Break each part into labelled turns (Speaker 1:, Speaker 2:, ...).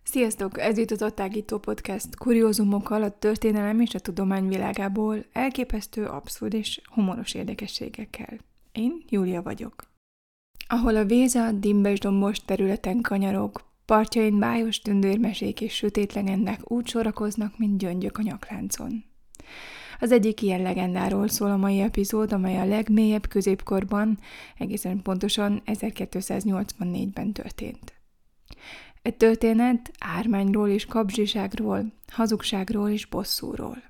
Speaker 1: Sziasztok! Ez itt az Attágító Podcast kuriózumokkal a történelem és a tudomány világából, elképesztő, abszurd és humoros érdekességekkel. Én Júlia vagyok. Ahol a Véza dimbes-dombos területen kanyarog, partjain bájos tündérmesék és sötét legendák úgy sorakoznak, mint gyöngyök a nyakláncon. Az egyik ilyen legendáról szól a mai epizód, amely a legmélyebb középkorban, egészen pontosan 1284-ben történt. Egy történet ármányról és kapzsiságról, hazugságról és bosszúról.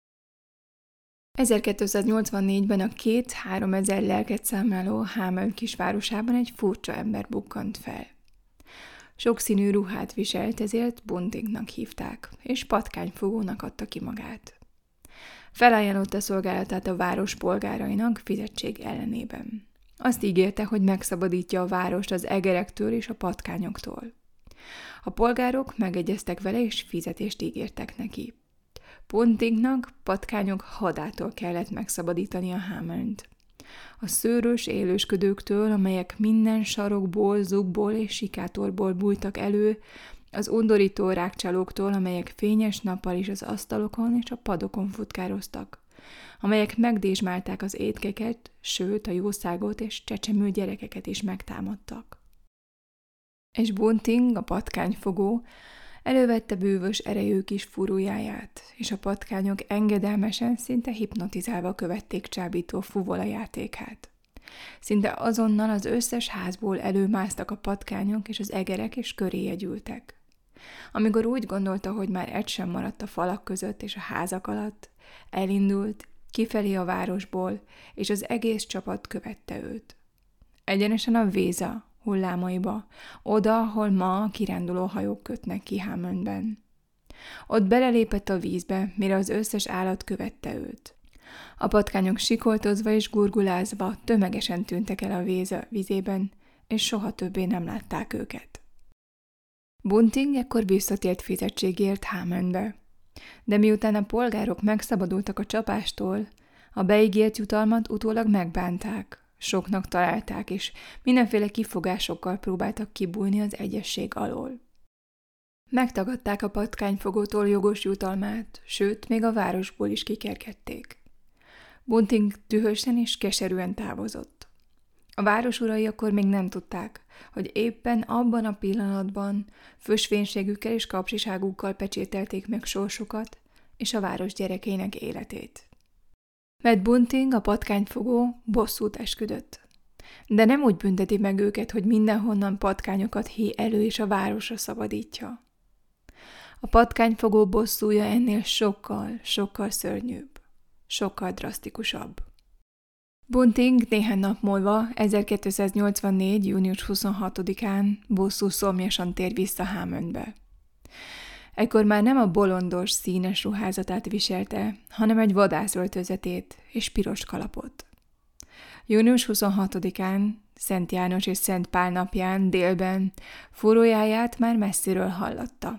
Speaker 1: 1284-ben a 2-3 lelket számláló Hameln kisvárosában egy furcsa ember bukkant fel. Sokszínű ruhát viselt, ezért Buntingnak hívták, és patkányfogónak adta ki magát. Felajánlotta szolgálatát a város polgárainak fizetség ellenében. Azt ígérte, hogy megszabadítja a várost az egerektől és a patkányoktól. A polgárok megegyeztek vele, és fizetést ígértek neki. Buntingnak patkányok hadától kellett megszabadítani a Hamelnt. A szőrös élősködőktől, amelyek minden sarokból, zugból és sikátorból bújtak elő, az undorító rákcsálóktól, amelyek fényes nappal is az asztalokon és a padokon futkároztak, amelyek megdésmálták az étkeket, sőt a jószágot és csecsemő gyerekeket is megtámadtak. És Bunting, a patkányfogó, elővette bűvös erejű kis fúrójáját, és a patkányok engedelmesen, szinte hipnotizálva követték csábító fuvola játékát. Szinte azonnal az összes házból előmásztak a patkányok és az egerek, és köréje gyűltek. Amikor úgy gondolta, hogy már egy sem maradt a falak között és a házak alatt, elindult kifelé a városból, és az egész csapat követte őt. Egyenesen a Véza hullámaiba, oda, ahol ma a kiránduló hajók kötnek ki Hamelnben. Ott belelépett a vízbe, mire az összes állat követte őt. A patkányok sikoltozva és gurgulázva tömegesen tűntek el a Véza vizében, és soha többé nem látták őket. Bunting ekkor visszatért fizetségért Hamelnbe. De miután a polgárok megszabadultak a csapástól, a beígért jutalmat utólag megbánták. Soknak találták, és mindenféle kifogásokkal próbáltak kibújni az egyesség alól. Megtagadták a patkányfogótól jogos jutalmát, sőt, még a városból is kikergették. Bunting dühösen és keserűen távozott. A város urai akkor még nem tudták, hogy éppen abban a pillanatban fösvénységükkel és kapzsiságukkal pecsételték meg sorsukat és a város gyerekeinek életét. Mert Bunting, a patkányfogó, bosszút esküdött. De nem úgy bünteti meg őket, hogy mindenhonnan patkányokat híj elő és a városra szabadítja. A patkányfogó bosszúja ennél sokkal szörnyűbb, sokkal drasztikusabb. Bunting néhány nap múlva, 1284. június 26-án bosszú szomjasan tér vissza Hamelnbe. Ekkor már nem a bolondos, színes ruházatát viselte, hanem egy vadászöltözetét és piros kalapot. Június 26-án, Szent János és Szent Pál napján délben fúrójáját már messziről hallatta.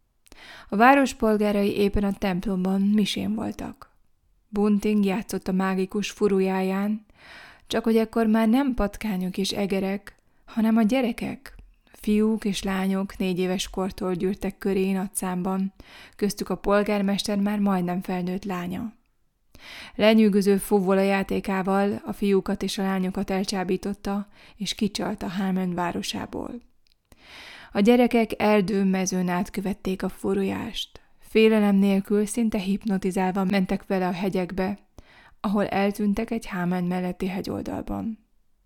Speaker 1: A város polgárai éppen a templomban misén voltak. Bunting játszott a mágikus fúrójáján, csak hogy ekkor már nem patkányok és egerek, hanem a gyerekek, fiúk és lányok 4 éves kortól gyűrtek köré nagy számban, köztük a polgármester már majdnem felnőtt lánya. Lenyűgöző fuvola játékával a fiúkat és a lányokat elcsábította, és kicsalta Hameln városából. A gyerekek erdőn-mezőn átkövették a fúrójást. Félelem nélkül, szinte hipnotizálva mentek vele a hegyekbe, ahol eltűntek egy Hameln melletti hegyoldalban.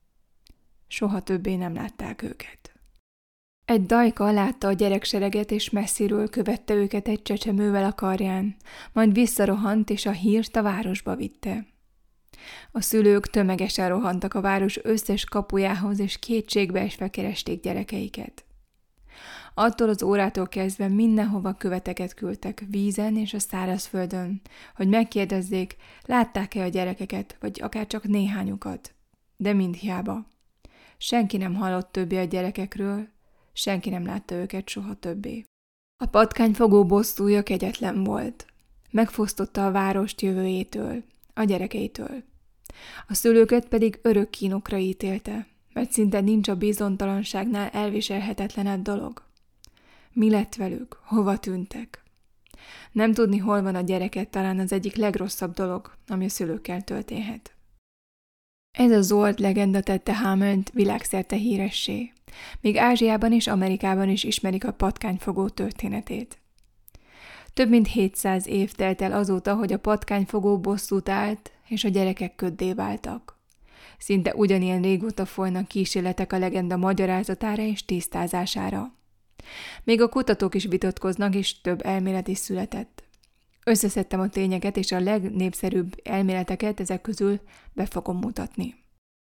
Speaker 1: Soha többé nem látták őket. Egy dajka látta a gyereksereget, és messziről követte őket egy csecsemővel a karján, majd visszarohant, és a hírt a városba vitte. A szülők tömegesen rohantak a város összes kapujához, és kétségbeesve keresték gyerekeiket. Attól az órától kezdve mindenhova követeket küldtek vízen és a szárazföldön, hogy megkérdezzék, látták-e a gyerekeket, vagy akár csak néhányukat. De mind hiába. Senki nem hallott többé a gyerekekről, senki nem látta őket soha többé. A patkányfogó bosszúja kegyetlen volt. Megfosztotta a várost jövőjétől, a gyerekeitől. A szülőket pedig örök kínokra ítélte, mert szinte nincs a bizonytalanságnál elviselhetetlenebb dolog. Mi lett velük? Hova tűntek? Nem tudni, hol van a gyereket, talán az egyik legrosszabb dolog, ami a szülőkkel történhet. Ez a Zord legenda tette Hamelt világszerte híressé. Még Ázsiában és Amerikában is ismerik a patkányfogó történetét. Több mint 700 év telt el azóta, hogy a patkányfogó bosszút állt, és a gyerekek köddé váltak. Szinte ugyanilyen régóta folynak kísérletek a legenda magyarázatára és tisztázására. Még a kutatók is vitatkoznak, és több elmélet is született. Összeszedtem a tényeket, és a legnépszerűbb elméleteket ezek közül be fogom mutatni.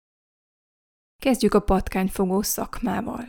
Speaker 1: Kezdjük a patkányfogó szakmával.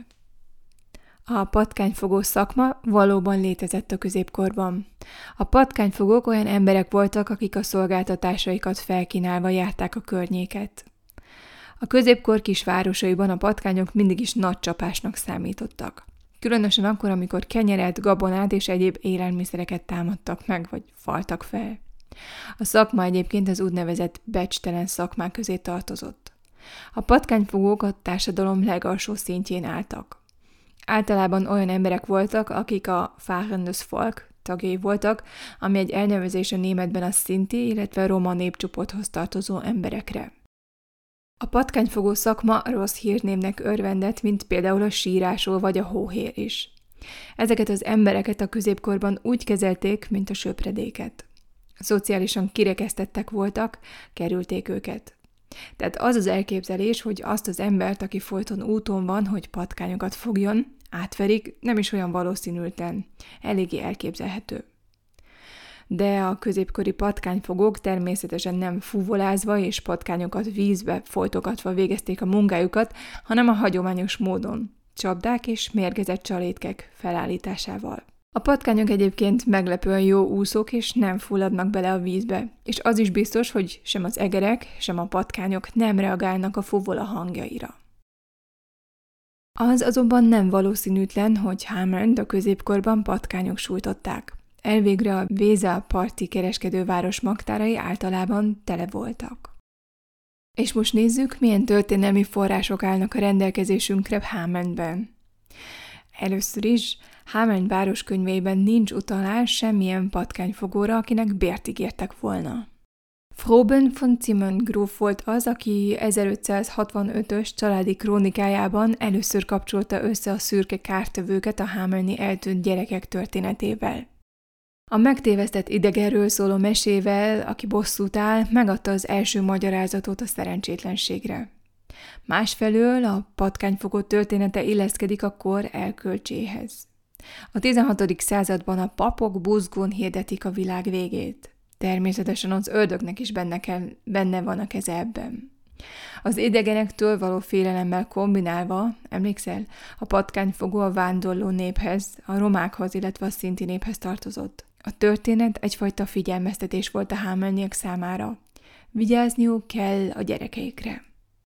Speaker 1: A patkányfogó szakma valóban létezett a középkorban. A patkányfogók olyan emberek voltak, akik a szolgáltatásaikat felkínálva járták a környéket. A középkor kisvárosaiban a patkányok mindig is nagy csapásnak számítottak. Különösen akkor, amikor kenyeret, gabonát és egyéb élelmiszereket támadtak meg, vagy faltak fel. A szakma egyébként az úgynevezett becstelen szakmák közé tartozott. A patkányfogók a társadalom legalsó szintjén álltak. Általában olyan emberek voltak, akik a Fahrendes Volk tagjai voltak, ami egy elnevezés a németben a szinti, illetve a roma népcsoporthoz tartozó emberekre. A patkányfogó szakma rossz hírnévnek örvendett, mint például a sírásó vagy a hóhér is. Ezeket az embereket a középkorban úgy kezelték, mint a söpredéket. Szociálisan kirekesztettek voltak, kerülték őket. Tehát az az elképzelés, hogy azt az embert, aki folyton úton van, hogy patkányokat fogjon, átverik, nem is olyan valószínűtlen, eléggé elképzelhető. De a középkori patkányfogók természetesen nem fuvolázva és patkányokat vízbe folytogatva végezték a munkájukat, hanem a hagyományos módon, csapdák és mérgezett csalétkek felállításával. A patkányok egyébként meglepően jó úszók, és nem fulladnak bele a vízbe, és az is biztos, hogy sem az egerek, sem a patkányok nem reagálnak a fuvola hangjaira. Az azonban nem valószínűtlen, hogy Hamelt a középkorban patkányok sújtották. Elvégre a Weser parti kereskedőváros magtárai általában tele voltak. És most nézzük, milyen történelmi források állnak a rendelkezésünkre Hameltben. Először is Hamelt városkönyveiben nincs utalás semmilyen patkányfogóra, akinek bért ígértek volna. Froben von Zimmern gróf volt az, aki 1565-ös családi krónikájában először kapcsolta össze a szürke kártevőket a hamelni eltűnt gyerekek történetével. A megtévesztett idegenről szóló mesével, aki bosszút áll, megadta az első magyarázatot a szerencsétlenségre. Másfelől a patkányfogó története illeszkedik a kor elkölcséhez. A 16. században a papok buzgón hirdetik a világ végét. Természetesen az ördögnek is benne van a keze ebben. Az idegenektől való félelemmel kombinálva, emlékszel, a patkányfogó a vándorló néphez, a romákhoz, illetve a szinti néphez tartozott. A történet egyfajta figyelmeztetés volt a hamelniek számára. Vigyázniuk kell a gyerekeikre.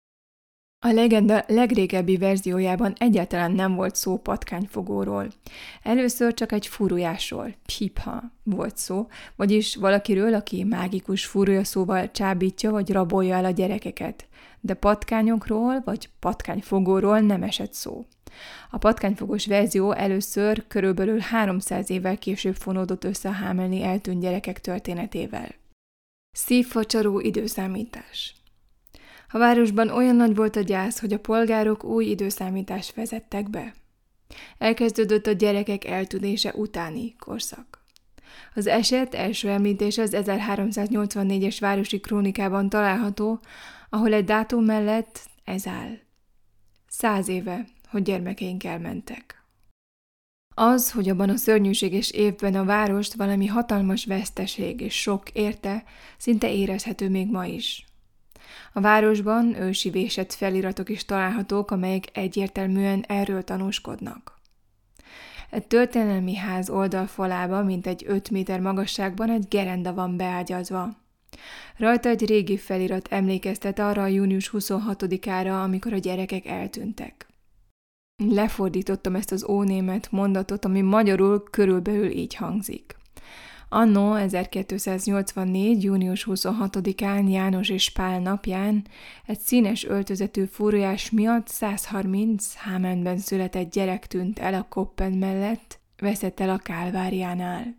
Speaker 1: A legenda legrégebbi verziójában egyáltalán nem volt szó patkányfogóról. Először csak egy furujásról, pipha volt szó, vagyis valakiről, aki mágikus furúja szóval csábítja vagy rabolja el a gyerekeket. De patkányokról vagy patkányfogóról nem esett szó. A patkányfogós verzió először körülbelül 300 évvel később fonódott össze a hamelni eltűnt gyerekek történetével. Szívfacsaró időszámítás. A városban olyan nagy volt a gyász, hogy a polgárok új időszámítást vezettek be. Elkezdődött a gyerekek eltűnése utáni korszak. Az eset első említése az 1384-es városi krónikában található, ahol egy dátum mellett ez áll. 100 éve, hogy gyermekeink elmentek. Az, hogy abban a szörnyűséges évben a várost valami hatalmas veszteség és sok érte, szinte érezhető még ma is. A városban ősi vésett feliratok is találhatók, amelyek egyértelműen erről tanúskodnak. Egy történelmi ház oldalfalába, mint egy 5 méter magasságban egy gerenda van beágyazva. Rajta egy régi felirat emlékeztet arra a június 26-ára, amikor a gyerekek eltűntek. Lefordítottam ezt az ónémet mondatot, ami magyarul körülbelül így hangzik. Anno 1284. június 26-án János és Pál napján egy színes öltözetű furujás miatt 130 Hameltben született gyerek tűnt el a Koppen mellett, veszett el a Kálváriánál.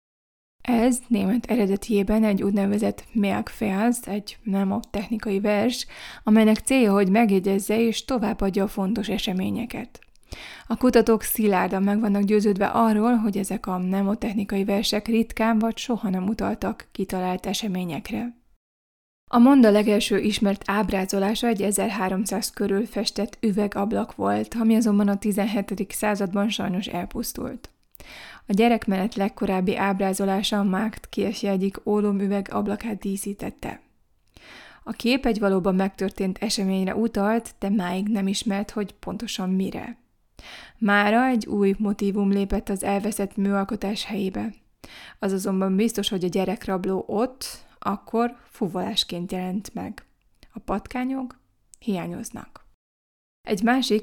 Speaker 1: Ez német eredetiében egy úgynevezett Merkvers, egy mnemotechnikai vers, amelynek célja, hogy megjegyezze és továbbadja a fontos eseményeket. A kutatók szilárdan meg vannak győződve arról, hogy ezek a mnemotechnikai versek ritkán vagy soha nem utaltak kitalált eseményekre. A monda legelső ismert ábrázolása egy 1300 körül festett üvegablak volt, ami azonban a 17. században sajnos elpusztult. A gyerekmenet legkorábbi ábrázolása a Marktkirche egyik ólomüveg ablakát díszítette. A kép egy valóban megtörtént eseményre utalt, de máig nem ismert, hogy pontosan mire. Mára egy új motívum lépett az elveszett műalkotás helyébe. Az azonban biztos, hogy a gyerekrabló ott, akkor fuvolásként jelent meg. A patkányok hiányoznak. Egy másik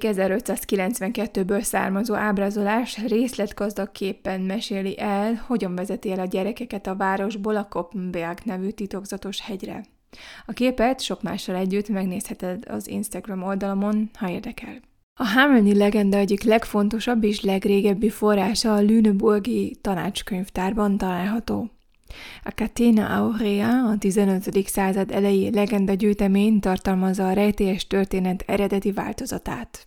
Speaker 1: 1592-ből származó ábrázolás részletgazdag képpen meséli el, hogyan vezeti el a gyerekeket a városból a Koppenberg nevű titokzatos hegyre. A képet sok mással együtt megnézheted az Instagram oldalamon, ha érdekel. A Hamelni legenda egyik legfontosabb és legrégebbi forrása a lüneburgi tanácskönyvtárban található. A Catena Aurea, a 15. század elejé legendagyűjtemény tartalmazza a rejtélyes történet eredeti változatát.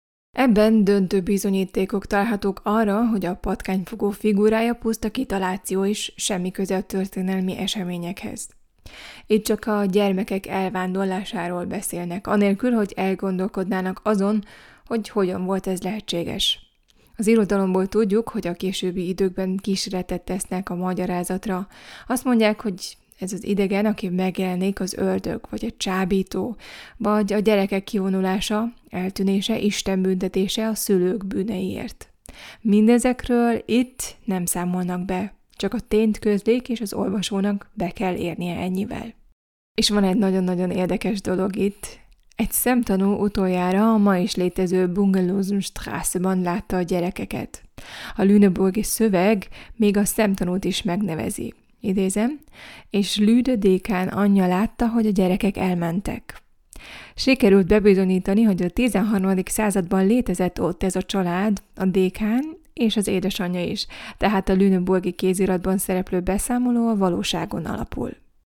Speaker 1: Ebben döntő bizonyítékok találhatók arra, hogy a patkányfogó figurája puszta kitaláció és semmi köze a történelmi eseményekhez. Itt csak a gyermekek elvándorlásáról beszélnek, anélkül, hogy elgondolkodnának azon, hogy hogyan volt ez lehetséges. Az irodalomból tudjuk, hogy a későbbi időkben kísérletet tesznek a magyarázatra. Azt mondják, hogy ez az idegen, aki megjelenik, az ördög, vagy a csábító, vagy a gyerekek kivonulása, eltűnése, Isten büntetése a szülők bűneiért. Mindezekről itt nem számolnak be, csak a tényt közlik, és az olvasónak be kell érnie ennyivel. És van egy nagyon-nagyon érdekes dolog itt. Egy szemtanú utoljára a ma is létező Bungelósenstraße-ban látta a gyerekeket. A lüneburgi szöveg még a szemtanút is megnevezi. Idézem, és Lüde dékán anyja látta, hogy a gyerekek elmentek. Sikerült bebizonyítani, hogy a 13. században létezett ott ez a család, a dékán és az édesanyja is, tehát a lüneburgi kéziratban szereplő beszámoló a valóságon alapul.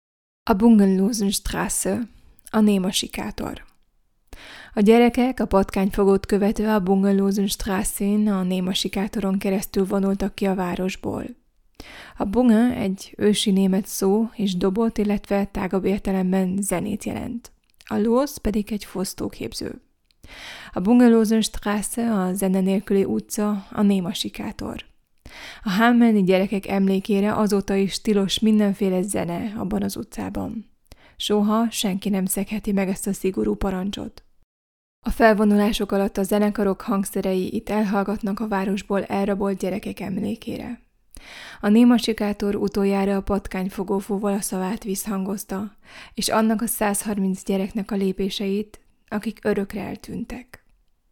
Speaker 1: A Bungelósenstraße, a néma sikátor. A gyerekek a patkányfogót követve a Bungelósenstraßén, a néma sikátoron keresztül vonultak ki a városból. A bunge egy ősi német szó és dobot, illetve tágabb értelemben zenét jelent. A Los pedig egy fosztóképző. A Bungelósenstraße, a zene nélküli utca, a néma sikátor. A hamelni gyerekek emlékére azóta is tilos mindenféle zene abban az utcában. Soha senki nem szegheti meg ezt a szigorú parancsot. A felvonulások alatt a zenekarok hangszerei itt elhallgatnak a városból elrabolt gyerekek emlékére. A néma sikátor utoljára a patkányfogó fuvolaszavát visszhangozta, és annak a 130 gyereknek a lépéseit, akik örökre eltűntek.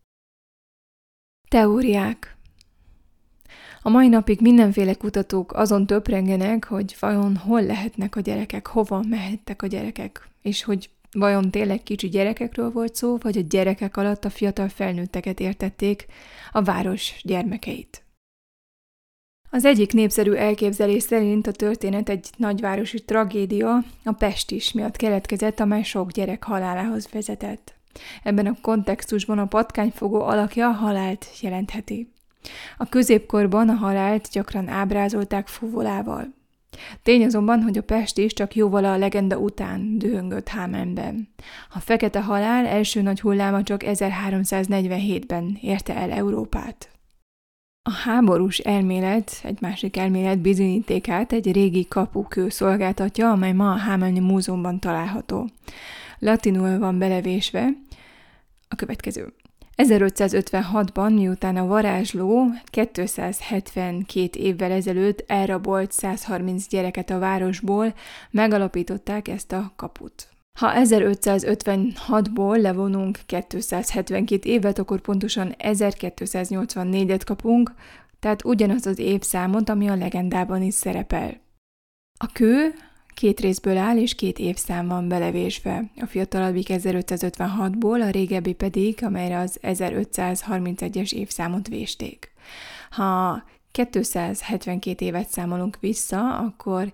Speaker 1: Teóriák. A mai napig mindenféle kutatók azon töprengenek, hogy vajon hol lehetnek a gyerekek, hova mehettek a gyerekek, és hogy vajon tényleg kicsi gyerekekről volt szó, vagy a gyerekek alatt a fiatal felnőtteket értették, a város gyermekeit. Az egyik népszerű elképzelés szerint a történet egy nagyvárosi tragédia, a pestis miatt keletkezett, amely sok gyerek halálához vezetett. Ebben a kontextusban a patkányfogó alakja a halált jelentheti. A középkorban a halált gyakran ábrázolták fuvolával. Tény azonban, hogy a pestis csak jóval a legenda után dühöngött Hamelnben. A fekete halál első nagy hulláma csak 1347-ben érte el Európát. A háborús elmélet, egy másik elmélet bizonyítékát egy régi kapukő szolgáltatja, amely ma a Hamelni Múzeumban található. Latinul van belevésve a következő. 1556-ban, miután a varázsló 272 évvel ezelőtt elrabolt 130 gyereket a városból, megalapították ezt a kaput. Ha 1556-ból levonunk 272 évet, akkor pontosan 1284-et kapunk, tehát ugyanaz az évszámot, ami a legendában is szerepel. A kő 2 részből áll, és 2 évszám van belevésve. A fiatalabbik 1556-ból, a régebbi pedig, amelyre az 1531-es évszámot vésték. Ha 272 évet számolunk vissza, akkor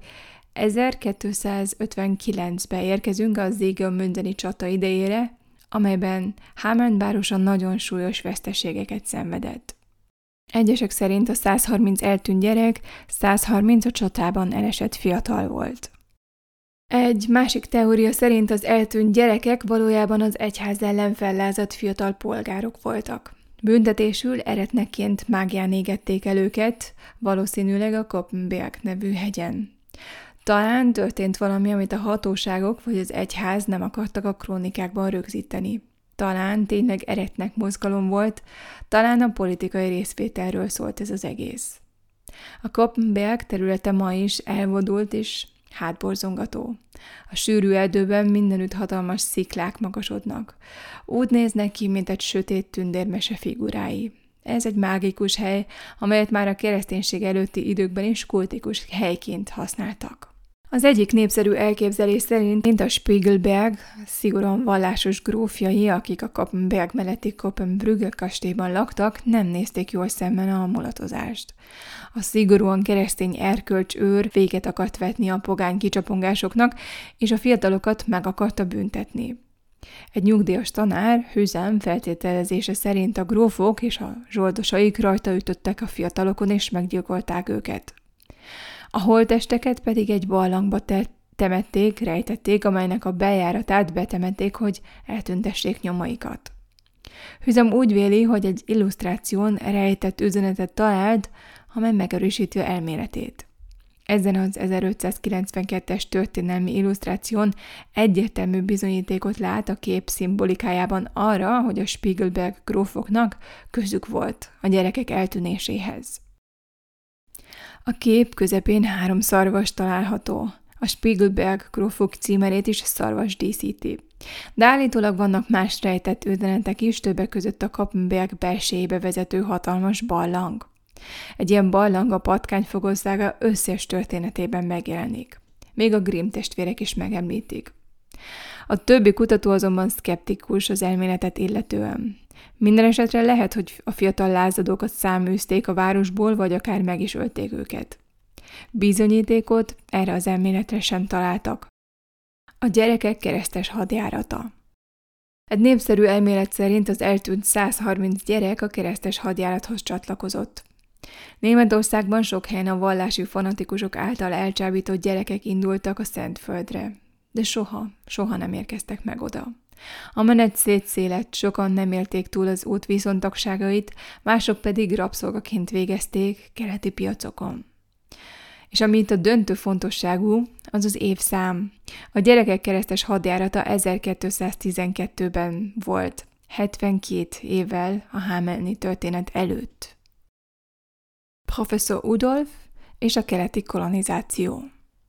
Speaker 1: 1259-be érkezünk a Siegmündeni csata idejére, amelyben Hameln városa nagyon súlyos veszteségeket szenvedett. Egyesek szerint a 130 eltűnt gyerek 130 a csatában elesett fiatal volt. Egy másik teória szerint az eltűnt gyerekek valójában az egyház ellen fellázadt fiatal polgárok voltak. Büntetésül eretnekként mágián égették el őket, valószínűleg a Koppenberg nevű hegyen. Talán történt valami, amit a hatóságok vagy az egyház nem akartak a krónikákban rögzíteni. Talán tényleg eretnek mozgalom volt, talán a politikai részvételről szólt ez az egész. A Koppenberg területe ma is elvadult és hátborzongató. A sűrű erdőben mindenütt hatalmas sziklák magasodnak. Úgy néznek ki, mint egy sötét tündérmese figurái. Ez egy mágikus hely, amelyet már a kereszténység előtti időkben is kultikus helyként használtak. Az egyik népszerű elképzelés szerint a Spiegelberg szigorúan vallásos grófjai, akik a Koppenberg melletti Koppenbrügge kastélyban laktak, nem nézték jól szemmel a mulatozást. A szigorúan keresztény erkölcsőr véget akart vetni a pogány kicsapongásoknak, és a fiatalokat meg akarta büntetni. Egy nyugdíjas tanár, Hüzem feltételezése szerint a grófok és a zsoldosaik rajta ütöttek a fiatalokon és meggyilkolták őket. A holttesteket pedig egy barlangba temették, rejtették, amelynek a bejáratát betemették, hogy eltüntessék nyomaikat. Hüzem úgy véli, hogy egy illusztráción rejtett üzenetet talált, amely megerősíti elméletét. Ezen az 1592-es történelmi illusztráción egyértelmű bizonyítékot lát a kép szimbolikájában arra, hogy a Spiegelberg grófoknak közük volt a gyerekek eltűnéséhez. A kép közepén 3 szarvas található. A Spiegelberg grófok címerét is szarvas díszíti. De állítólag vannak más rejtett üzenetek is, többek között a Koppenberg belsejébe vezető hatalmas barlang. Egy ilyen barlang a patkányfogországa összes történetében megjelenik. Még a Grimm testvérek is megemlítik. A többi kutató azonban szkeptikus az elméletet illetően. Minden esetre lehet, hogy a fiatal lázadókat száműzték a városból, vagy akár meg is ölték őket. Bizonyítékot erre az elméletre sem találtak. A gyerekek keresztes hadjárata. Egy népszerű elmélet szerint az eltűnt 130 gyerek a keresztes hadjárathoz csatlakozott. Németországban sok helyen a vallási fanatikusok által elcsábított gyerekek indultak a Szentföldre, de soha nem érkeztek meg oda. A menet szétszélett, sokan nem élték túl az út viszontagságait, mások pedig rabszolgaként végezték keleti piacokon. És ami itt a döntő fontosságú, az az évszám. A gyerekek keresztes hadjárata 1212-ben volt, 72 évvel a Hamelni történet előtt. Professzor Udolf és a keleti kolonizáció.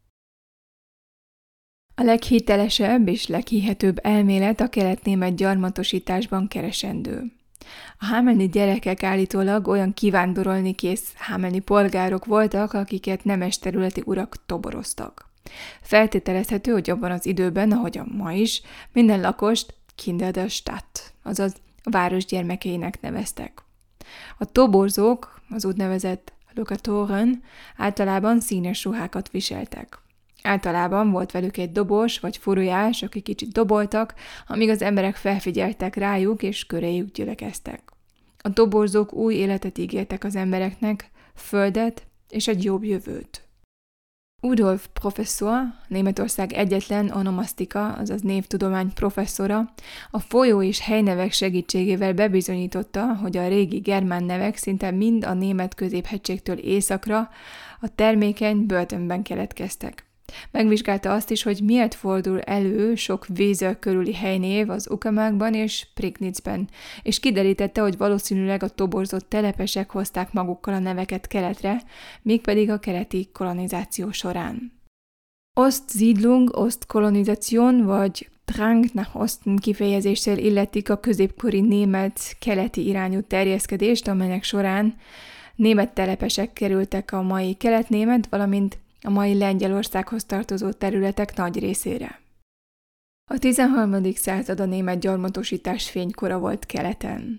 Speaker 1: A leghitelesebb és leghihetőbb elmélet a kelet-német gyarmatosításban keresendő. A hamelni gyerekek állítólag olyan kivándorolni kész hamelni polgárok voltak, akiket nemes területi urak toboroztak. Feltételezhető, hogy abban az időben, ahogy a ma is, minden lakost Kinder der Stadt, azaz a város gyermekeinek neveztek. A toborzók, az úgynevezett Lokatoren általában színes ruhákat viseltek. Általában volt velük egy dobos vagy furujás, akik kicsit doboltak, amíg az emberek felfigyeltek rájuk és köréjük gyülekeztek. A toborzók új életet ígértek az embereknek, földet és egy jobb jövőt. Udolf professzor, Németország egyetlen onomasztika, azaz névtudomány professzora, a folyó és helynevek segítségével bebizonyította, hogy a régi germán nevek szinte mind a német középhegységtől északra a termékeny börtönben keletkeztek. Megvizsgálta azt is, hogy miért fordul elő sok Weser körüli helynév az Uckermarkban és Prignitz-ben, és kiderítette, hogy valószínűleg a toborzott telepesek hozták magukkal a neveket keletre, mégpedig a keleti kolonizáció során. Ostsiedlung, Ostkolonization vagy Drang nach Osten kifejezéssel illetik a középkori német keleti irányú terjeszkedést, amelynek során német telepesek kerültek a mai kelet-német, valamint a mai Lengyelországhoz tartozó területek nagy részére. A 13. század a német gyarmatosítás fénykora volt keleten.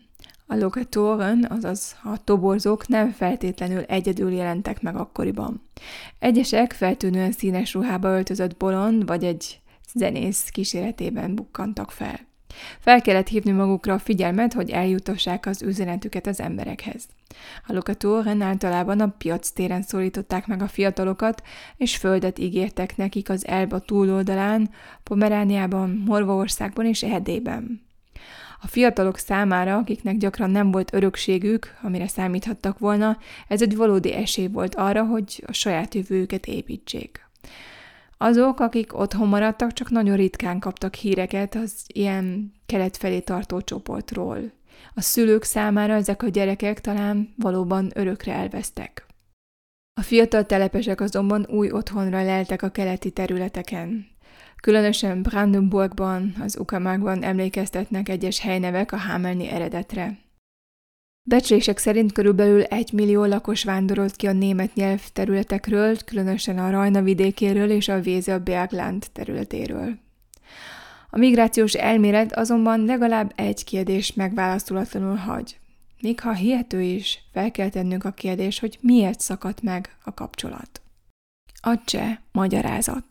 Speaker 1: A lokatoren, azaz a toborzók nem feltétlenül egyedül jelentek meg akkoriban. Egyesek feltűnően színes ruhába öltözött bolond vagy egy zenész kíséretében bukkantak fel. Fel kellett hívni magukra a figyelmet, hogy eljutassák az üzenetüket az emberekhez. A lokatoren általában a piac téren szólították meg a fiatalokat, és földet ígértek nekik az Elba túloldalán, Pomerániában, Morvaországban és Erdélyben. A fiatalok számára, akiknek gyakran nem volt örökségük, amire számíthattak volna, ez egy valódi esély volt arra, hogy a saját jövőjüket építsék. Azok, akik otthon maradtak, csak nagyon ritkán kaptak híreket az ilyen kelet felé tartó csoportról. A szülők számára ezek a gyerekek talán valóban örökre elvesztek. A fiatal telepesek azonban új otthonra leltek a keleti területeken. Különösen Brandenburgban, az Uckermarkban emlékeztetnek egyes helynevek a hámelni eredetre. Becslések szerint körülbelül 1 millió lakos vándorolt ki a német nyelvterületekről, különösen a Rajna vidékéről és a Weser-Bergland területéről. A migrációs elmélet azonban legalább egy kérdést megválaszolatlanul hagy. Még ha hihető is, fel kell tennünk a kérdés, hogy miért szakadt meg a kapcsolat. A cseh magyarázat.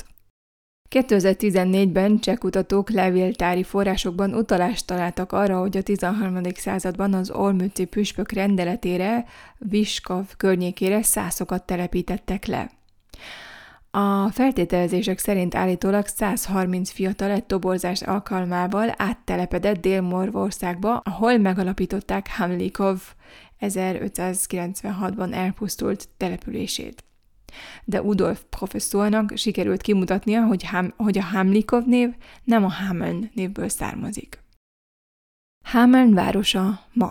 Speaker 1: 2014-ben cseh kutatók levéltári forrásokban utalást találtak arra, hogy a 13. században az olmützi püspök rendeletére, Vyškov környékére szászokat telepítettek le. A feltételezések szerint állítólag 130 fiatal egy toborzás alkalmával áttelepedett Dél-Morvaországba, ahol megalapították Hamlikov 1596-ban elpusztult települését. De Udolf professzornak sikerült kimutatnia, hogy a Hamlikov név nem a Hameln névből származik. Hameln városa ma.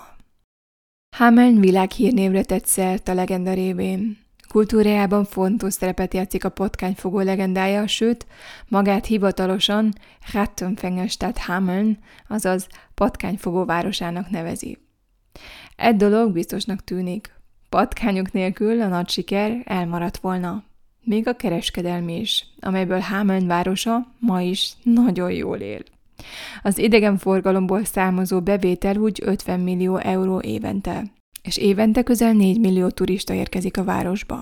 Speaker 1: Hameln világhírnévre tett szert a legenda révén. Kultúrájában fontos szerepet játszik a patkányfogó legendája, sőt, magát hivatalosan Rattenfängerstadt Hameln, azaz patkányfogó városának nevezi. Egy dolog biztosnak tűnik. Patkányok nélkül a nagy siker elmaradt volna. Még a kereskedelmi is, amelyből Hameln városa ma is nagyon jól él. Az idegenforgalomból származó bevétel úgy 50 millió euró évente, és évente közel 4 millió turista érkezik a városba.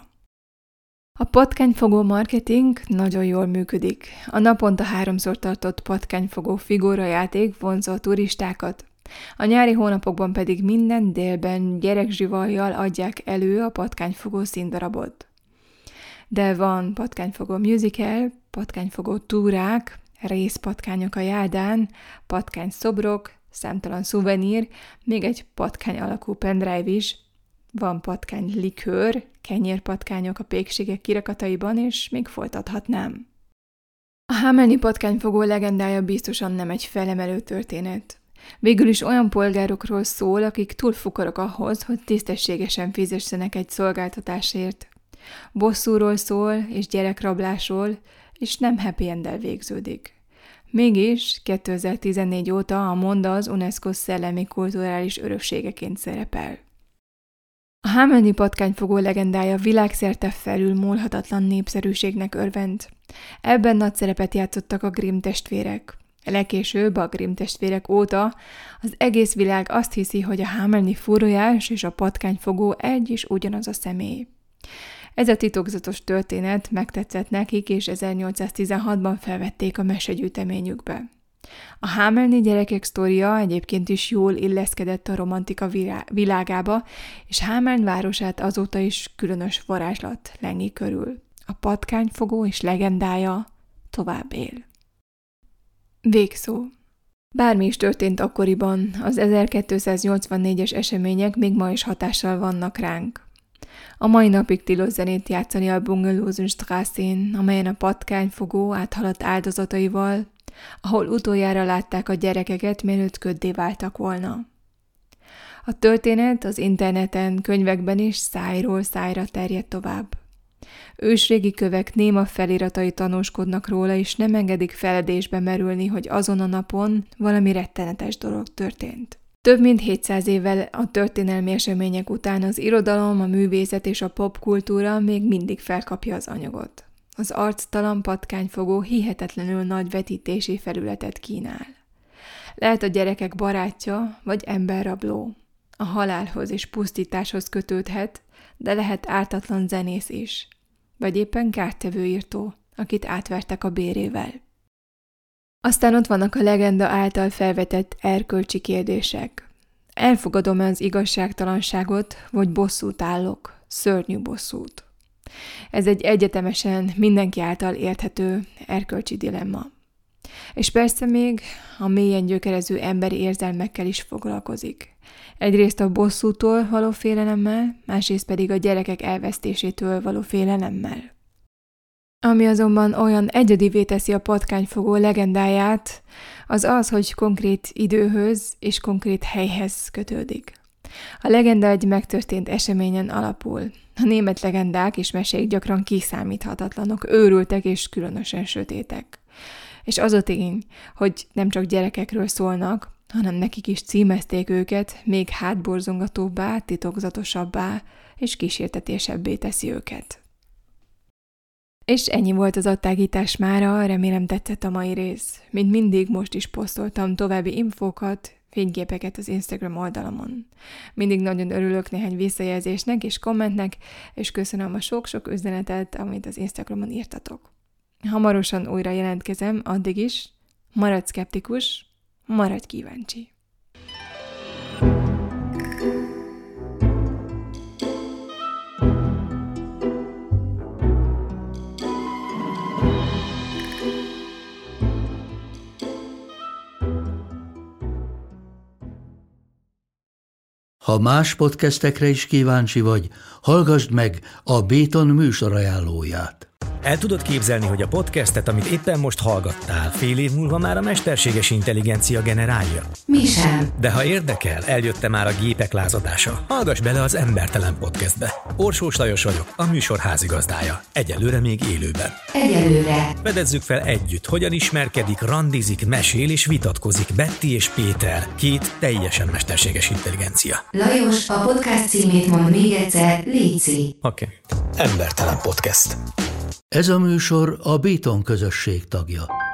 Speaker 1: A patkányfogó marketing nagyon jól működik. A naponta 3-szor tartott patkányfogó figurajáték vonzza a turistákat. A nyári hónapokban pedig minden délben gyerekzsivajjal adják elő a patkányfogó színdarabot. De van patkányfogó musical, patkányfogó túrák, részpatkányok a járdán, patkányszobrok, számtalan szuvenír, még egy patkány alakú pendrive is, van patkánylikőr, kenyérpatkányok a pékségek kirakataiban, és még folytathatnám. A hamelni patkányfogó legendája biztosan nem egy felemelő történet. Végül is olyan polgárokról szól, akik túl fukarok ahhoz, hogy tisztességesen fizessenek egy szolgáltatásért. Bosszúról szól, és gyerekrablásról, és nem happy end-del végződik. Mégis 2014 óta a monda az UNESCO szellemi kulturális örökségeként szerepel. A hamelni patkányfogó legendája világszerte felülmúlhatatlan népszerűségnek örvend. Ebben nagy szerepet játszottak a Grimm testvérek. Legkésőbb a Grimm testvérek óta az egész világ azt hiszi, hogy a hamelni fúrójás és a patkányfogó egy és ugyanaz a személy. Ez a titokzatos történet megtetszett nekik, és 1816-ban felvették a mesegyűjteményükbe. A hamelni gyerekek sztoria egyébként is jól illeszkedett a romantika világába, és Hameln városát azóta is különös varázslat lengi körül. A patkányfogó és legendája tovább él. Végszó. Bármi is történt akkoriban, az 1284-es események még ma is hatással vannak ránk. A mai napig tilos zenét játszani a Bungelósenstraßén, amelyen a patkányfogó áthaladt áldozataival, ahol utoljára látták a gyerekeket, mielőtt köddé váltak volna. A történet az interneten, könyvekben is szájról szájra terjed tovább. Ősrégi kövek néma feliratai tanúskodnak róla, és nem engedik feledésbe merülni, hogy azon a napon valami rettenetes dolog történt. Több mint 700 évvel a történelmi események után az irodalom, a művészet és a popkultúra még mindig felkapja az anyagot. Az arctalan patkányfogó hihetetlenül nagy vetítési felületet kínál. Lehet a gyerekek barátja, vagy emberrabló. a halálhoz és pusztításhoz kötődhet, de lehet ártatlan zenész is, vagy éppen kártevő írtó, akit átvertek a bérével. Aztán ott vannak a legenda által felvetett erkölcsi kérdések. Elfogadom-e az igazságtalanságot, vagy bosszút állok, szörnyű bosszút? Ez egy egyetemesen mindenki által érthető erkölcsi dilemma. És persze még a mélyen gyökerező emberi érzelmekkel is foglalkozik. Egyrészt a bosszútól való félelemmel, másrészt pedig a gyerekek elvesztésétől való félelemmel. Ami azonban olyan egyedivé teszi a patkányfogó legendáját, az az, hogy konkrét időhöz és konkrét helyhez kötődik. A legenda egy megtörtént eseményen alapul. A német legendák és mesék gyakran kiszámíthatatlanok, őrültek és különösen sötétek. És az a tény, hogy nem csak gyerekekről szólnak, hanem nekik is címezték őket, még hátborzongatóbbá, titokzatosabbá és kísértetésebbé teszi őket. És ennyi volt az adtágítás mára, remélem tetszett a mai rész. Mint mindig most is posztoltam további infókat, fényképeket az Instagram oldalamon. Mindig nagyon örülök néhány visszajelzésnek és kommentnek, és köszönöm a sok-sok üzenetet, amit az Instagramon írtatok. Hamarosan újra jelentkezem, addig is maradj szkeptikus, maradj kíváncsi.
Speaker 2: Ha más podcastekre is kíváncsi vagy, hallgassd meg a Béton műsor ajánlóját.
Speaker 3: El tudod képzelni, hogy a podcastet, amit éppen most hallgattál, fél év múlva már a mesterséges intelligencia generálja?
Speaker 4: Mi sem.
Speaker 3: De ha érdekel, eljött már a gépek lázadása. Hallgass bele az Embertelen Podcastbe. Orsós Lajos vagyok, a műsor házigazdája. Egyelőre még élőben.
Speaker 4: Egyelőre.
Speaker 3: Fedezzük fel együtt, hogyan ismerkedik, randizik, mesél és vitatkozik Betty és Péter, két teljesen mesterséges intelligencia.
Speaker 4: Lajos, a podcast címét mond még egyszer, léci.
Speaker 3: Oké. Embertelen Podcast.
Speaker 2: Ez a műsor a Béton közösség tagja.